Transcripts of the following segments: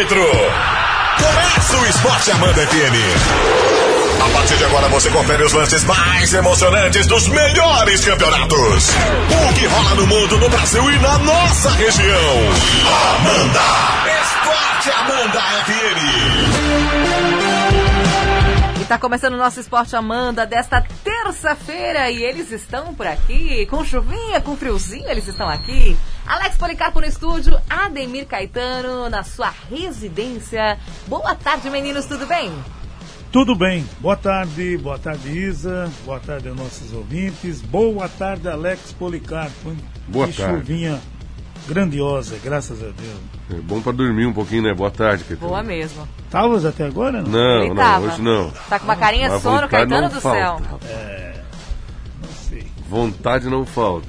árbitro. Começa o Esporte Amanda FM. A partir de agora você confere os lances mais emocionantes dos melhores campeonatos. O que rola no mundo, no Brasil e na nossa região. Amanda. Esporte Amanda FM. E tá começando o nosso Esporte Amanda desta terça-feira e eles estão por aqui, com chuvinha, com friozinho, eles estão aqui. Alex Policarpo no estúdio, Ademir Caetano na sua residência. Boa tarde, meninos, tudo bem? Tudo bem. Boa tarde Isa, boa tarde aos nossos ouvintes, boa tarde Alex Policarpo. Boa que tarde. Chuvinha grandiosa, graças a Deus. É bom pra dormir um pouquinho, né? Boa tarde, Caetano. Boa mesmo. Tavas até agora, não? Ele Não, tava. Hoje não. Tá com uma carinha de Mas sono, vontade Caetano não do falta, céu. rapaz. Não sei. Vontade não falta.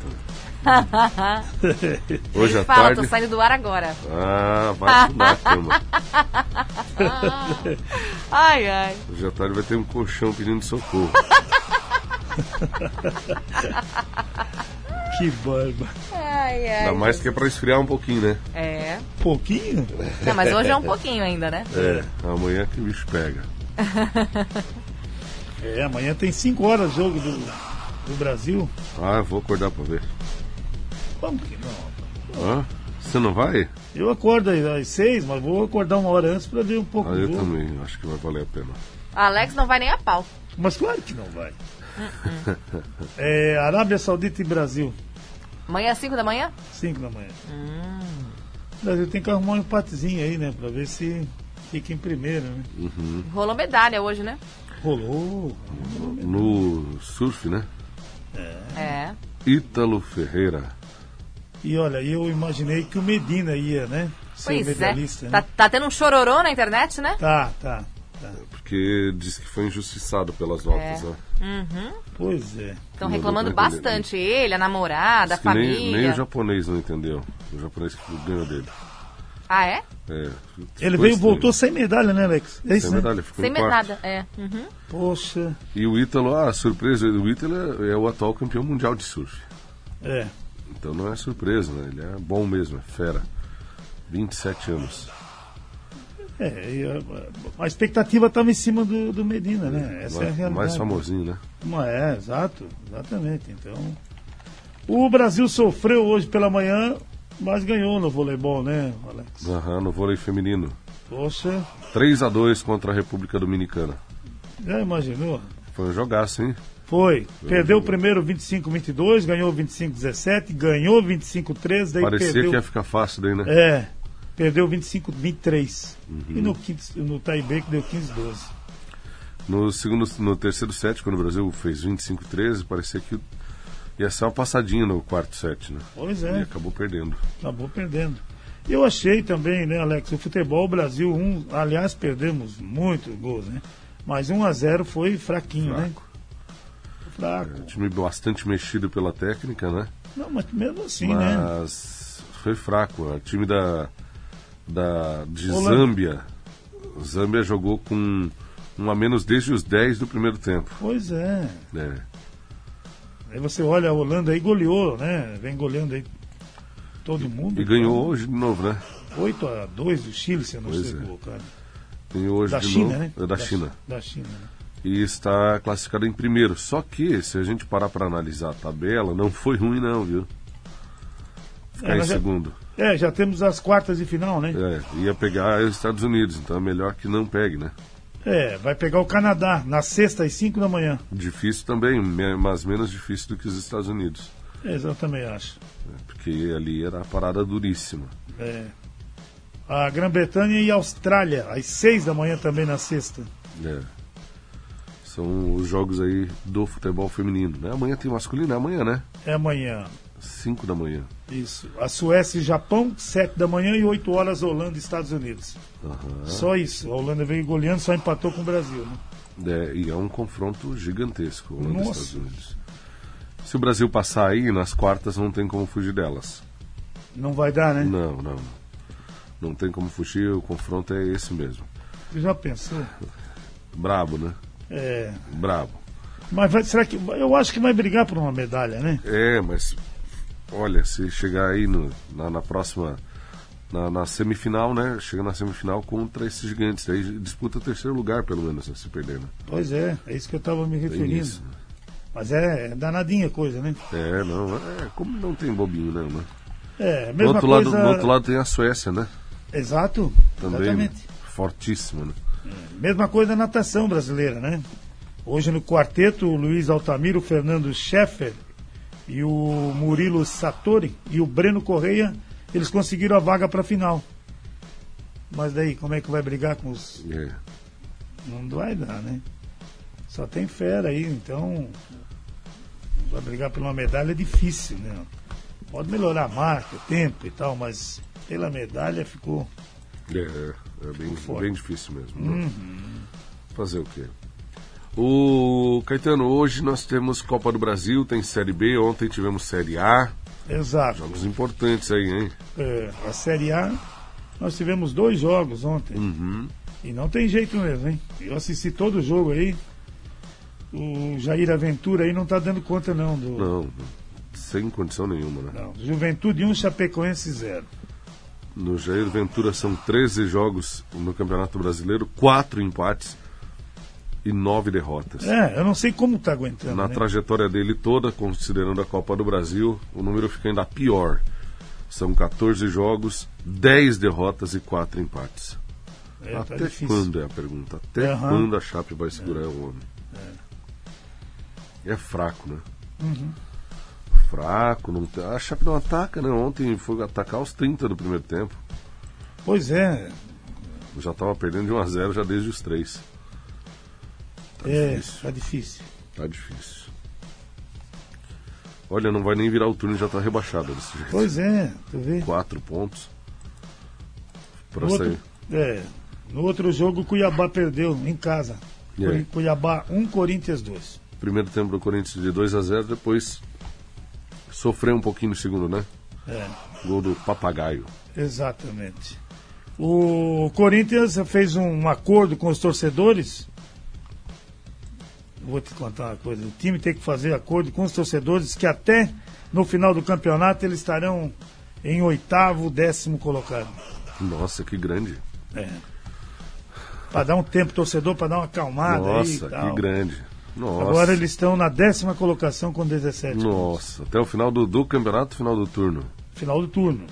Hoje Ele à fala, tarde... tô saindo do ar agora. Ah, vai estudar a cama. Ai, ai. Hoje à tarde vai ter um colchão pedindo socorro. Que barba. Ai, ai. Ainda mais que é pra esfriar um pouquinho, né? É. Pouquinho? Não, mas hoje é um pouquinho ainda, né? É, amanhã que o bicho pega. Amanhã tem 5 horas de jogo do Brasil. Ah, eu vou acordar pra ver. Como que não? Hã? Você não vai? Eu acordo às 6, mas vou acordar uma hora antes pra ver um pouco Ah, do eu jogo. também. Acho que vai valer a pena. Alex não vai nem a pau. Mas claro que não vai. Arábia Saudita e Brasil. Amanhã às 5 da manhã? 5 da manhã. O Brasil tem que arrumar um empatezinho aí, né? Pra ver se fica em primeiro, né? Rolou medalha hoje, né? Rolou. No surf, né? É. Ítalo Ferreira. E olha, eu imaginei que o Medina ia, né? Ser Pois medalhista, é. né? Tá tendo um chororô na internet, né? Tá. Porque disse que foi injustiçado pelas notas, né? Pois é. Estão Não reclamando deu pra entender. bastante. Ele, a namorada, a Diz que nem família. o japonês não entendeu. O japonês que ganhou dele. Ah, é? É, Ele ficou voltou estranho. sem medalha, né, Alex? É isso, Sem né? medalha, ficou Sem em quarto. nada. É. Poxa. E o Ítalo, surpresa, o Ítalo é o atual campeão mundial de surf. É. Então não é surpresa, né? Ele é bom mesmo, é fera. 27 anos. A expectativa estava em cima do Medina, né? Essa é a realidade. Mais famosinho, né? Exatamente. Então, o Brasil sofreu hoje pela manhã, mas ganhou no voleibol, né, Alex? No vôlei feminino. Poxa, 3-2 contra a República Dominicana. já imaginou? Foi um jogaço, hein? Foi. Perdeu o primeiro 25-22, ganhou 25-17, ganhou 25-13, daí Parecia perdeu. que ia ficar fácil daí, né? Perdeu 25-23. E no tie-break deu 15-12. No terceiro set, quando o Brasil fez 25-13, parecia que ia ser uma passadinha no quarto set, né? Pois E é, acabou perdendo. acabou perdendo. Eu achei também, né, Alex, o futebol, o Brasil, aliás, perdemos muitos gols, né? Mas 1-0 foi fraquinho, né? Fraco. Time bastante mexido pela técnica, né? Não, mas mesmo assim, né? Mas foi fraco. O time de Holanda. Zâmbia. Zâmbia jogou com um a menos desde os 10 do primeiro tempo. Pois é. É. Aí você olha a Holanda aí, goleou, né? Vem goleando aí todo mundo. E ganhou hoje de novo, né? 8-2 do Chile, se eu não Pois sei é. colocar. Ganhou hoje Da de China, novo. né? É da China. Da China, né? E está classificado em primeiro. Só que, se a gente parar para analisar a tabela, não foi ruim não, viu? Ficar em nós segundo. já temos as quartas de final, né? Ia pegar os Estados Unidos, então é melhor que não pegue, né? Vai pegar o Canadá na sexta às 5 da manhã. Difícil também, mas menos difícil do que os Estados Unidos. Eu também acho. Porque ali era a parada duríssima. A Grã-Bretanha e a Austrália, às 6 da manhã também na sexta. São os jogos aí do futebol feminino, né? Amanhã tem masculino, é amanhã, né? É amanhã. 5 da manhã. Isso. A Suécia e Japão, 7 da manhã e 8 horas Holanda e Estados Unidos. Só isso. A Holanda veio goleando, só empatou com o Brasil, né? E é um confronto gigantesco, Holanda e Nossa. Estados Unidos. Se o Brasil passar aí, nas quartas não tem como fugir delas. Não vai dar, né? Não. Não tem como fugir, o confronto é esse mesmo. Você já pensou? Brabo, né? Brabo. Mas será que... Eu acho que vai brigar por uma medalha, né? Mas olha, se chegar aí na próxima na semifinal, né? Chega na semifinal contra esses gigantes. Aí disputa o terceiro lugar, pelo menos, né, se perder, né? Pois é isso que eu estava me Tem referindo. isso, né? Mas é danadinha a coisa, né? Como não tem bobinho, né? Do Mesma outro, coisa... do outro lado tem a Suécia, né? Exato, Também, exatamente. fortíssima, né? Mesma coisa na natação brasileira, né? Hoje no quarteto, o Luiz Altamiro, o Fernando Scheffer e o Murilo Satori e o Breno Correia, eles conseguiram a vaga para a final. Mas daí, como é que vai brigar com os... Não vai dar, né? Só tem fera aí, então... Vai brigar por uma medalha é difícil, né? Pode melhorar a marca, o tempo e tal, mas pela medalha ficou... bem difícil mesmo. Né? Fazer o quê? O Caetano, hoje nós temos Copa do Brasil, tem Série B, ontem tivemos Série A. Exato. Jogos importantes aí, hein? A Série A, nós tivemos 2 jogos ontem. E não tem jeito mesmo, hein? Eu assisti todo o jogo aí. O Jair Aventura aí não tá dando conta não. Não, sem condição nenhuma, né? Não, Juventude 1, Chapecoense 0. No Jair Ventura são 13 jogos no Campeonato Brasileiro, 4 empates e 9 derrotas. Eu não sei como tá aguentando. Na trajetória dele toda, considerando a Copa do Brasil, o número fica ainda pior. São 14 jogos, 10 derrotas e 4 empates. Até tá quando é a pergunta? Até quando a Chape vai segurar o homem? É fraco, né? Fraco, não... a Chape não ataca, né? Ontem foi atacar aos 30 do primeiro tempo. Pois é. Já estava perdendo de 1-0 já desde os 3. Tá difícil. Tá difícil. Olha, não vai nem virar o turno, já tá rebaixado desse jeito. Pois é, tu vê. 4 pontos pra sair. No outro jogo o Cuiabá perdeu em casa. Cuiabá 1, Corinthians 2. Primeiro tempo do Corinthians de 2-0, depois sofreu um pouquinho no segundo, né? Gol do Papagaio. Exatamente. O Corinthians fez um acordo com os torcedores. Vou te contar uma coisa. O time tem que fazer acordo com os torcedores que até no final do campeonato eles estarão em 8º, 10º colocado. Nossa, que grande. Para dar um tempo torcedor, para dar uma acalmada. Nossa, aí e tal. que grande. Nossa. Agora eles estão na 10ª colocação com 17 Nossa, pontos. até o final do campeonato, final do turno. Final do turno.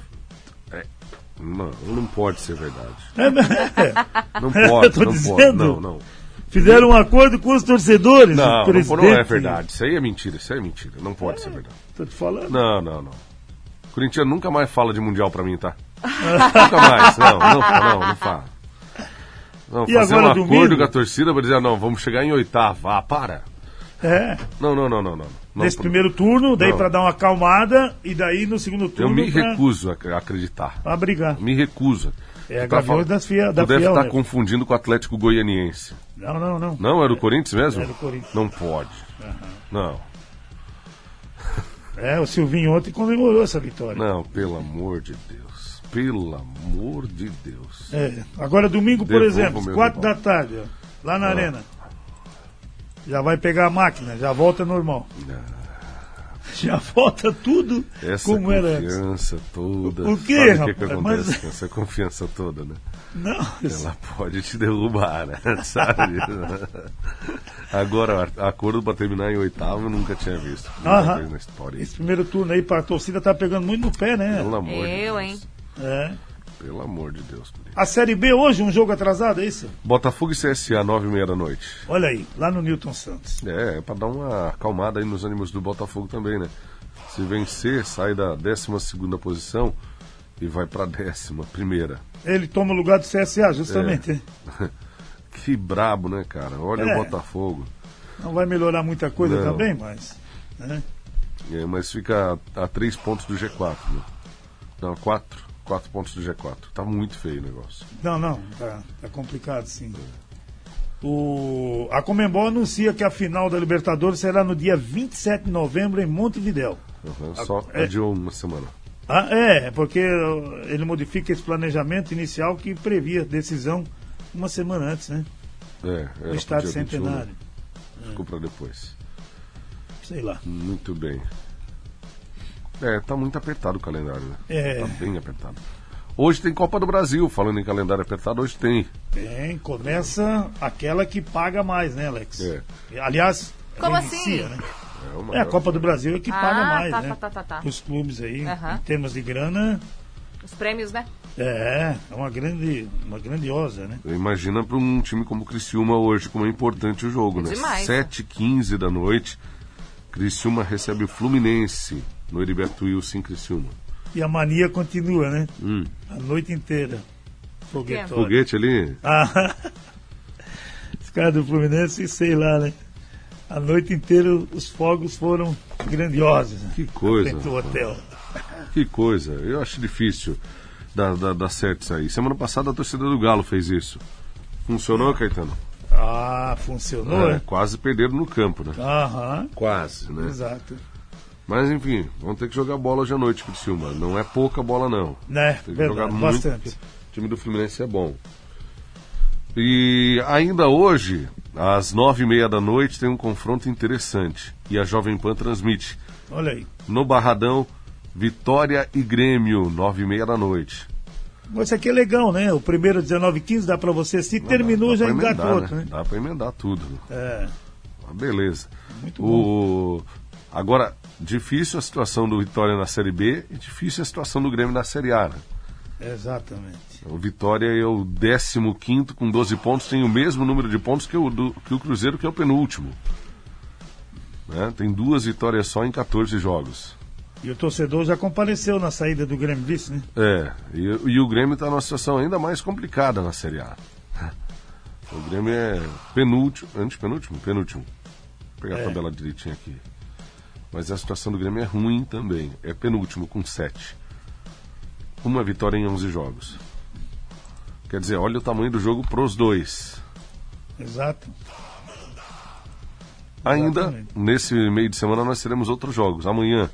Não pode ser verdade. Não Eu pode, tô não dizendo. pode. Não. Fizeram um acordo com os torcedores. Não, o presidente. não é verdade. Isso aí é mentira, Não pode ser verdade. Tô te falando. Não. O Corinthians nunca mais fala de Mundial pra mim, tá? Nunca mais. Não fala. Não, E fazer agora, um domingo? acordo com a torcida pra dizer, não, vamos chegar em 8º. Ah, para. Não. Nesse primeiro turno, daí para dar uma acalmada, e daí no segundo turno. Eu me recuso a acreditar. Pra brigar. Me recuso. A Gaviões da Tu Fiel. deve estar né? confundindo com o Atlético Goianiense. Não. Não, era o Corinthians mesmo? Era o Corinthians. Não pode. Não. O Silvinho ontem comemorou essa vitória. Não, pelo amor de Deus. Pelo amor de Deus. Agora domingo, por exemplo, 4 da rival. tarde, lá na Arena. Já vai pegar a máquina, já volta normal. Já volta tudo como era antes. Essa confiança toda. O quê, Sabe o que rapaz? acontece com essa confiança toda, né? Não, Ela pode te derrubar, né? Sabe? Agora, acordo para terminar em 8º eu nunca tinha visto. Nunca vez na história. Esse primeiro turno aí, a torcida tá pegando muito no pé, né? Pelo amor de Deus. hein? Pelo amor de Deus. A Série B hoje, um jogo atrasado, é isso? Botafogo e CSA, 9h30 da noite. Olha aí, lá no Newton Santos. É para dar uma acalmada aí nos ânimos do Botafogo também, né? Se vencer, sai da 12ª posição e vai para 11ª. Ele toma o lugar do CSA, justamente. Que brabo, né, cara? Olha o Botafogo. Não vai melhorar muita coisa também, mas... mas fica a 3 pontos do G4, né? Não, 4 pontos do G4. Tá muito feio o negócio. Não, tá complicado, sim. A Conmebol anuncia que a final da Libertadores será no dia 27 de novembro em Montevidéu. Só adiou uma semana. Porque ele modifica esse planejamento inicial que previa decisão uma semana antes, né? No Estádio Centenário. Ficou para depois. Sei lá. Muito bem. Tá muito apertado o calendário, né? Tá bem apertado. Hoje tem Copa do Brasil, falando em calendário apertado, hoje tem. Tem, começa aquela que paga mais, né, Alex? É. Aliás, Como inicia, assim? né? Uma A Copa do Brasil é que paga mais, tá, né? tá. Os clubes aí, Aham. em termos de grana, Os prêmios, né? é uma grandiosa, né? Imagina para um time como o Criciúma hoje, como é importante o jogo, né? Demais. 7h15 da noite, Criciúma recebe o Fluminense no Heriberto Wilson em Criciúma. E a mania continua, né? A noite inteira. Foguetório. Foguete ali? Ah, os caras do Fluminense, sei lá, né? A noite inteira os fogos foram grandiosos. Né? Que coisa. Frente ao hotel. Que coisa. Eu acho difícil dar certo isso aí. Semana passada a torcida do Galo fez isso. Funcionou, Caetano? Ah, funcionou, né? Quase perderam no campo, né? Aham, Quase, né? exato. Mas enfim, vamos ter que jogar bola hoje à noite, Criciúma. Não é pouca bola, não. Né, Tem que jogar verdade, muito. bastante. O time do Fluminense é bom. E ainda hoje, às 9h30 da noite, tem um confronto interessante. E a Jovem Pan transmite. Olha aí. No Barradão, Vitória e Grêmio, 9h30 da noite. Isso aqui é legal, né? O primeiro 19h15 dá pra você, se terminou Dá já pra engata emendar, outro, né? Dá pra emendar tudo. É, Beleza. muito bom. Agora, difícil a situação do Vitória na Série B e difícil a situação do Grêmio na Série A, né? Exatamente. O Vitória é o 15º com 12 pontos, tem o mesmo número de pontos que o Cruzeiro, que é o penúltimo. Né? Tem 2 vitórias só em 14 jogos. E o torcedor já compareceu na saída do Grêmio, disse, né? E o Grêmio está numa situação ainda mais complicada na Série A. O Grêmio é penúltimo. Vou pegar a tabela direitinho aqui. Mas a situação do Grêmio é ruim também. É penúltimo com 7. Uma vitória em 11 jogos. Quer dizer, olha o tamanho do jogo pros dois. Exato. Ainda, Exatamente. nesse meio de semana, nós teremos outros jogos. Amanhã,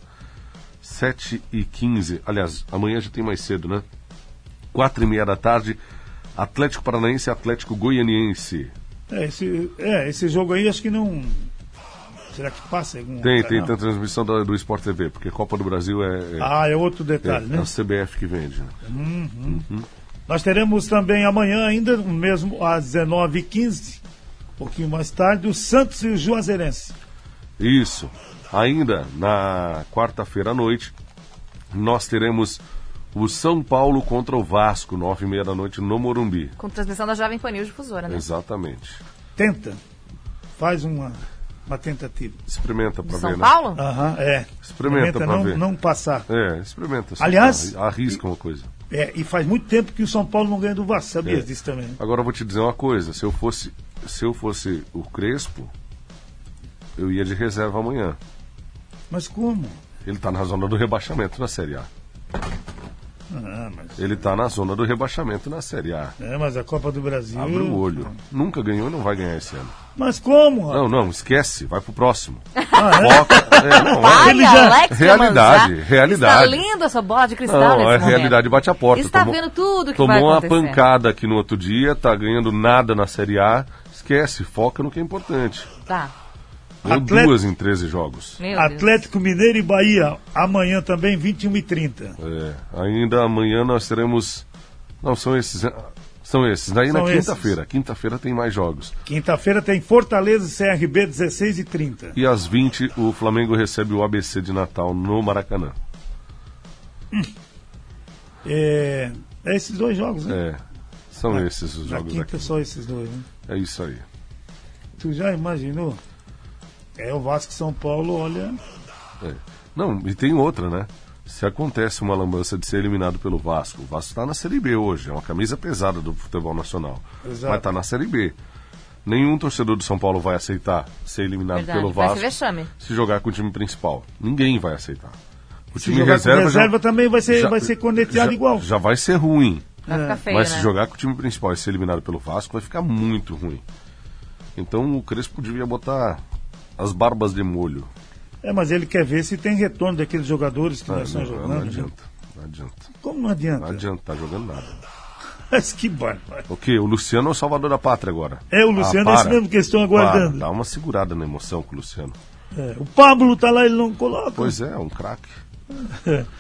7h15. Aliás, amanhã já tem mais cedo, né? 4h30 da tarde, Atlético Paranaense e Atlético Goianiense. Esse jogo aí acho que não... Será que passa algum Tem canal? transmissão do Sport TV, porque Copa do Brasil é outro detalhe, né? a CBF que vende. Né? Nós teremos também amanhã ainda, mesmo às 19h15, um pouquinho mais tarde, o Santos e o Juazeirense. Isso. Ainda na quarta-feira à noite, nós teremos o São Paulo contra o Vasco, 9h30 da noite no Morumbi. Com transmissão da Jovem Pan News Difusora, né? Exatamente. Tenta. Faz uma tentativa. Experimenta pra ver, São né? Paulo? Aham, Experimenta pra não, ver. Não passar. Experimenta. Aliás, arrisca uma coisa. E faz muito tempo que o São Paulo não ganha do Vasco, sabia disso também? Né? Agora eu vou te dizer uma coisa, se eu fosse o Crespo, eu ia de reserva amanhã. Mas como? Ele tá na zona do rebaixamento na Série A. Mas... Ele tá na zona do rebaixamento na Série A. mas a Copa do Brasil... Abre o olho. Nunca ganhou e não vai ganhar esse ano. Mas como? Rapaz? Não, esquece. Vai pro próximo. Foca. Ele já... Realidade. Está linda a sua bola de cristal Não, nesse a momento. realidade bate a porta. Está vendo tudo que vai Tomou uma acontecer. pancada aqui no outro dia, tá ganhando nada na Série A. Esquece, foca no que é importante. Tá. Deu 2 em 13 jogos. Meu Atlético Mineiro e Bahia, amanhã também, 21h30. Ainda amanhã nós teremos... Não, são esses. Daí na quinta-feira. Quinta-feira tem mais jogos. Quinta-feira tem Fortaleza e CRB, 16h30. E às 20 o Flamengo recebe o ABC de Natal no Maracanã. Esses 2 jogos, né? São esses os jogos Na quinta aqui. só esses 2, né? É isso aí. Tu já imaginou? O Vasco e São Paulo, olha... Não, e tem outra, né? Se acontece uma lambança de ser eliminado pelo Vasco, o Vasco está na Série B hoje, é uma camisa pesada do futebol nacional. Exato. Vai estar na Série B. Nenhum torcedor do São Paulo vai aceitar ser eliminado pelo vai Vasco ser vexame. se jogar com o time principal. Ninguém vai aceitar. O Se time jogar reserva, com reserva também vai ser corneteado igual. Já vai ser ruim. Vai ficar feio, Mas né? se jogar com o time principal e ser eliminado pelo Vasco, vai ficar muito ruim. Então o Crespo devia botar as barbas de molho. Mas ele quer ver se tem retorno daqueles jogadores que não estão jogando. Não né? adianta. Não adianta. Como não adianta? Não adianta, tá jogando nada. Mas que bárbaro. O quê? O Luciano é o salvador da pátria agora. O Luciano é esse mesmo que eles estão aguardando. Dá uma segurada na emoção com o Luciano. O Pablo tá lá, ele não coloca. Pois é, um craque.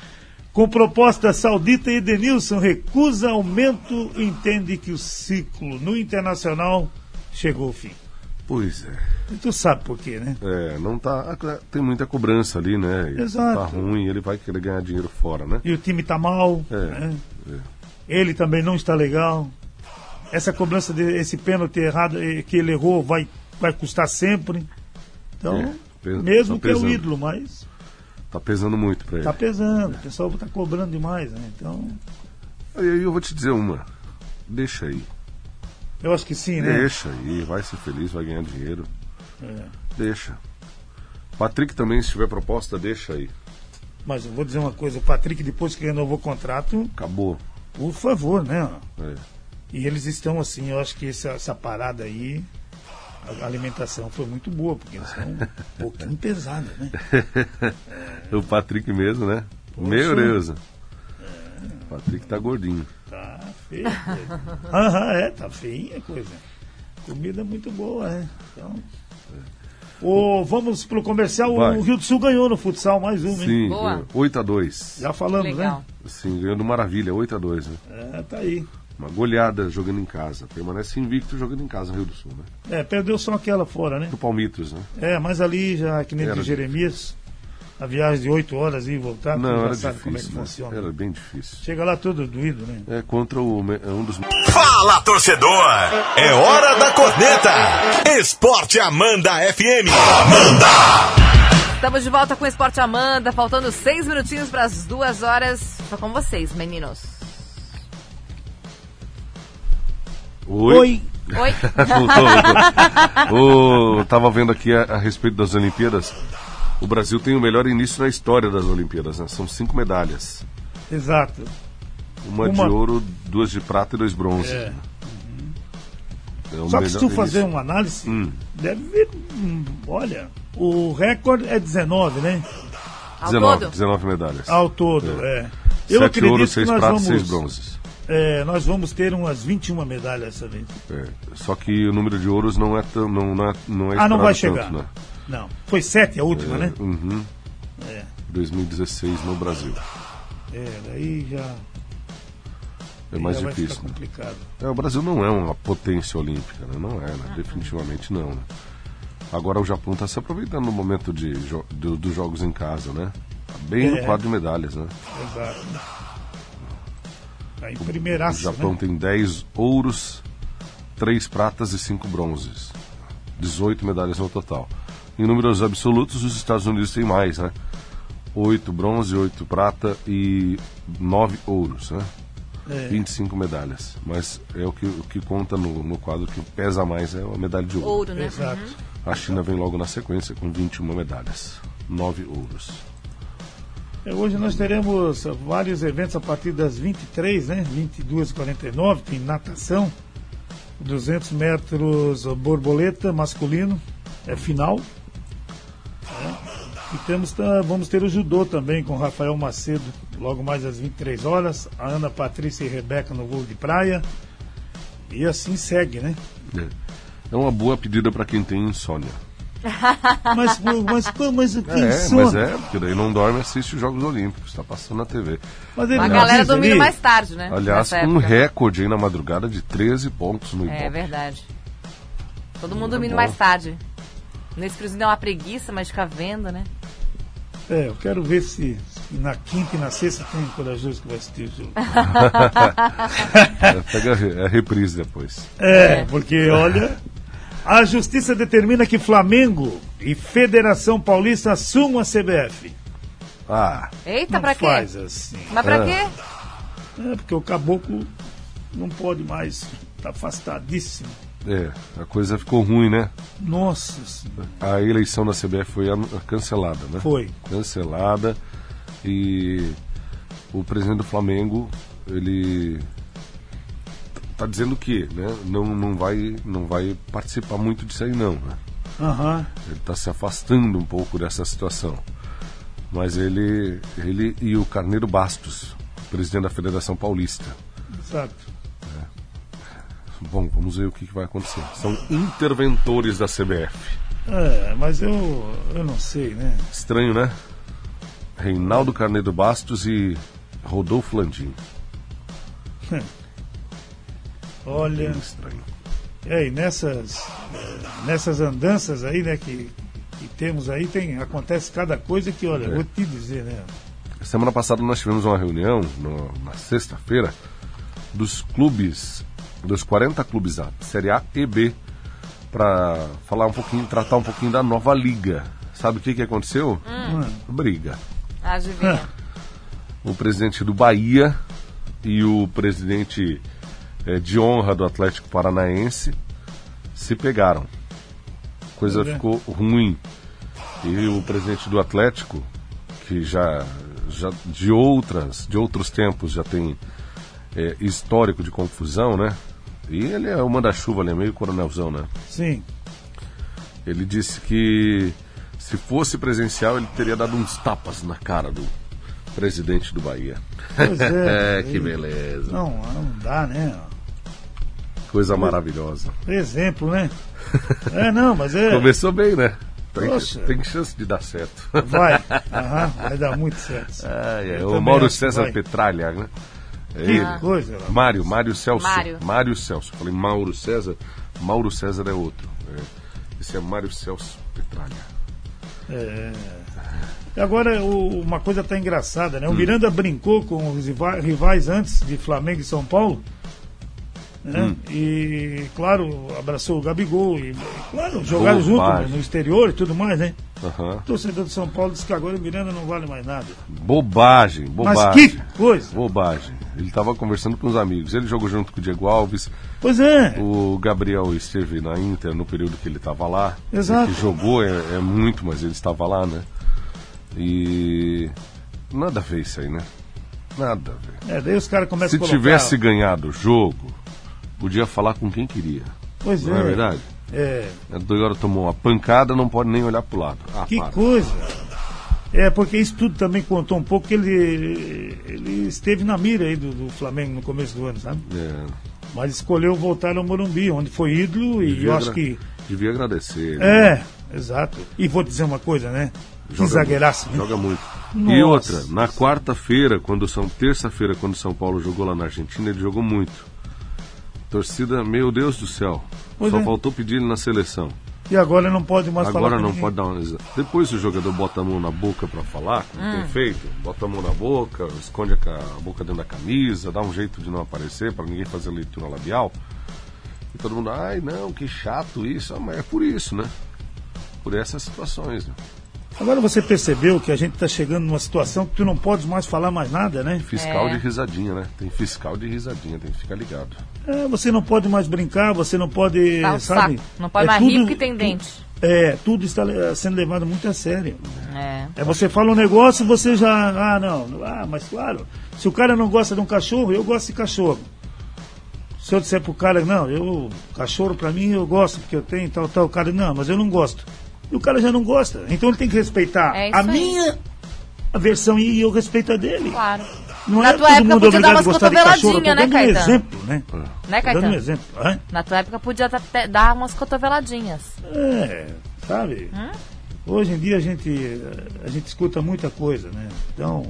Com proposta saudita, Edenilson recusa aumento e entende que o ciclo no Internacional chegou ao fim. Pois é. E tu sabe por quê, né? Não tá. Tem muita cobrança ali, né? Exato. Tá ruim, ele vai querer ganhar dinheiro fora, né? E o time tá mal, né? Ele também não está legal. Essa cobrança, esse pênalti errado que ele errou vai custar sempre. Então, mesmo tá que é o ídolo, mas... Tá pesando muito pra ele. Tá pesando, o pessoal tá cobrando demais, né? Então... Aí eu vou te dizer uma. Deixa aí. Eu acho que sim, né? Deixa aí, vai ser feliz, vai ganhar dinheiro. Deixa. Patrick também, se tiver proposta, deixa aí. Mas eu vou dizer uma coisa, o Patrick, depois que renovou o contrato... Acabou. Por favor, né? E eles estão assim, eu acho que essa parada aí, a alimentação foi muito boa, porque eles estão um pouquinho pesados, né? O Patrick mesmo, né? Poxa. Meu Deus. O Patrick tá gordinho. Tá feio. Tá feinha a coisa. Comida muito boa, né? Então... vamos pro comercial. Vai. O Rio do Sul ganhou no futsal, mais um, hein? Sim, Boa. 8-2. Já falamos, Legal. né? Sim, ganhou do Maravilha, 8-2, né? Tá aí. Uma goleada jogando em casa. Permanece invicto jogando em casa no Rio do Sul, né? Perdeu só aquela fora, né? Do Palmitos, né? Mas ali já, que nem Era de Jeremias, a viagem de 8 horas e voltar, tu Não, já era sabe difícil, como é que né? funciona. Era bem difícil. Chega lá todo doído, né? Contra um dos... Fala, torcedor! É hora da corneta! Esporte Amanda FM. Estamos de volta com o Esporte Amanda, faltando 6 minutinhos para as 2 horas. Tô com vocês, meninos. Oi. Oi. Voltou. Tava vendo aqui a respeito das Olimpíadas. O Brasil tem o melhor início na história das Olimpíadas, né? São 5 medalhas. Exato. Uma de ouro, 2 de prata e 2 bronze. Só que se tu fazer uma análise, deve vir. Olha, o recorde é 19, né? Ao todo? 19 medalhas. Ao todo, Eu 7 acredito ouros, 6 que nós pratas e vamos. 6 bronzes. Nós vamos ter umas 21 medalhas essa vez. Só que o número de ouros não é Não vai tanto, chegar. né? Não. Foi 7 a última, né? 2016 no Brasil. Daí já. É mais já difícil. Vai ficar complicado. O Brasil não é uma potência olímpica, né? Não é, né? Definitivamente não. Né? Agora o Japão está se aproveitando no momento dos jogos em casa, né? Tá bem no quadro de medalhas, né? Exato. Tá em primeiraço, O Japão tem 10 ouros, 3 pratas e 5 bronzes. 18 medalhas no total. Em números absolutos, os Estados Unidos têm mais, né? 8 bronze, 8 prata e 9 ouros, né? 25 medalhas. Mas é o que conta no quadro, que pesa mais é a medalha de ouro. Ouro, né? Exato. A China vem logo na sequência com 21 medalhas. 9 ouros. Hoje nós teremos vários eventos a partir das 23, né? 22h49, tem natação, 200 metros borboleta masculino, final. E vamos ter o judô também com Rafael Macedo, logo mais às 23 horas, a Ana Patrícia e Rebeca no voo de praia. E assim segue, né? É uma boa pedida para quem tem insônia. Mas quem mas porque daí não dorme e assiste os Jogos Olímpicos, tá passando na TV. Mas a galera dormindo mais tarde, né? Aliás, com um recorde aí na madrugada de 13 pontos no Ibope. É verdade. Todo mundo dormindo mais tarde. Nesse friozinho dá uma preguiça, mas fica vendo, né? Eu quero ver se na quinta e na sexta tem corajoso que vai assistir o jogo. Pega a reprise depois. Porque olha, a justiça determina que Flamengo e Federação Paulista assumam a CBF. Eita, pra quê? Faz assim. Mas pra quê? Porque o caboclo não pode mais, tá afastadíssimo. A coisa ficou ruim, né? Nossa Senhora. A eleição da CBF foi cancelada, né? Foi. Cancelada. E o presidente do Flamengo, ele tá dizendo que, né, não vai participar muito disso aí, não. Né? Ele está se afastando um pouco dessa situação. Mas ele e o Carneiro Bastos, presidente da Federação Paulista. Exato. Bom, vamos ver o que vai acontecer. São interventores da CBF. Mas eu não sei, né? Estranho, né? Reinaldo Carneiro Bastos e Rodolfo Landim. Olha, Estranho. e nessas andanças aí, né, que temos aí, acontece cada coisa que, olha, vou te dizer, né? Semana passada nós tivemos uma reunião, na sexta-feira, dos clubes, dos 40 clubes da Série A e B, para falar um pouquinho, tratar um pouquinho da nova liga. Sabe o que aconteceu? Briga. Adivinha. O presidente do Bahia e o presidente de honra do Atlético Paranaense se pegaram. Coisa ficou ruim. E o presidente do Atlético, que já de outros tempos já tem histórico de confusão, né? E ele é o manda-chuva, ele é meio coronelzão, né? Sim. Ele disse que se fosse presencial ele teria dado uns tapas na cara do presidente do Bahia. Pois é. Que beleza. Não dá, né? Coisa maravilhosa. Exemplo, né? Mas Começou bem, né? Poxa. Tem chance de dar certo. Vai dar muito certo. O Mauro César Petralha, né? Que coisa. Mário Celso. Mário Celso. Falei Mauro César. Mauro César é outro. Esse é Mário Celso Petralha. Agora, uma coisa tá engraçada, né? O Miranda brincou com os rivais antes de Flamengo e São Paulo, né? E, claro, abraçou o Gabigol e, claro, jogaram junto no exterior e tudo mais, né? O torcedor de São Paulo disse que agora o Miranda não vale mais nada. Bobagem. Mas que coisa! Bobagem. Ele estava conversando com os amigos. Ele jogou junto com o Diego Alves. Pois é. O Gabriel esteve na Inter no período que ele estava lá. Exato. Que jogou é muito, mas ele estava lá, né? E nada a ver isso aí, né? Nada a ver. Daí os caras começam Se a colocar... tivesse ganhado o jogo, podia falar com quem queria. Pois não é verdade? Agora tomou uma pancada, não pode nem olhar pro lado. Coisa! Porque isso tudo também contou um pouco que ele esteve na mira aí do Flamengo no começo do ano, sabe? Mas escolheu voltar ao Morumbi, onde foi ídolo, e eu acho que... Devia agradecer. Né? Exato. E vou dizer uma coisa, né? Que zagueiraço. Joga muito. Nossa. E outra, na quarta-feira, terça-feira, quando São Paulo jogou lá na Argentina, ele jogou muito. Torcida, meu Deus do céu. Só faltou pedir ele na seleção. E agora não pode mais falar. Agora não pode dar uma... Depois o jogador bota a mão na boca pra falar, como tem feito, bota a mão na boca, esconde a boca dentro da camisa, dá um jeito de não aparecer pra ninguém fazer leitura labial. E todo mundo, ai não, que chato isso. Mas é por isso, né? Por essas situações, né? Agora você percebeu que a gente está chegando numa situação que tu não podes mais falar mais nada, né? Fiscal de risadinha, né? Tem fiscal de risadinha, tem que ficar ligado. Você não pode mais brincar, você não pode, sabe? Saco. Não pode mais rir porque tem dente. Tudo está sendo levado muito a sério. Você fala um negócio e você já... mas claro, se o cara não gosta de um cachorro, eu gosto de cachorro. Se eu disser pro cara, cachorro pra mim eu gosto, porque eu tenho tal, o cara, não, mas eu não gosto. E o cara já não gosta. Então ele tem que respeitar a minha versão e eu respeito a dele. Claro. Não Na tua época podia dar umas cotoveladinhas, né, Caetano? Um exemplo, né? Né, Caetano? Dando um exemplo. Na tua época podia dar umas cotoveladinhas. Sabe? Hoje em dia a gente escuta muita coisa, né? Então,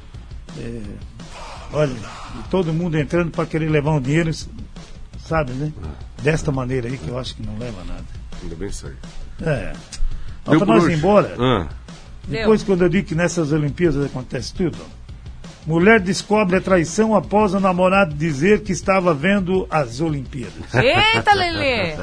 olha, todo mundo entrando para querer levar um dinheiro, sabe, né? Desta maneira aí que eu acho que não leva nada. Ainda bem isso aí. Vamos para nós ir embora. Depois, Deu. quando eu digo que nessas Olimpíadas acontece tudo, mulher descobre a traição após o namorado dizer que estava vendo as Olimpíadas. Eita, Lelê!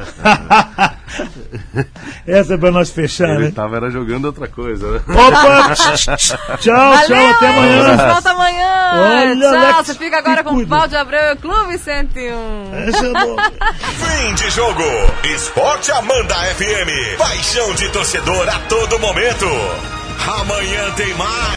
Essa é para nós fechar, Ele né? estava jogando outra coisa, né? Opa! Tchau, até amanhã. A gente volta amanhã. Olha, tchau, Alex, você fica agora com o Cláudio Abreu, Clube 101. Essa é boa. Fim de jogo. Esporte Amanda FM. Paixão de torcedor a todo momento. Amanhã tem mais.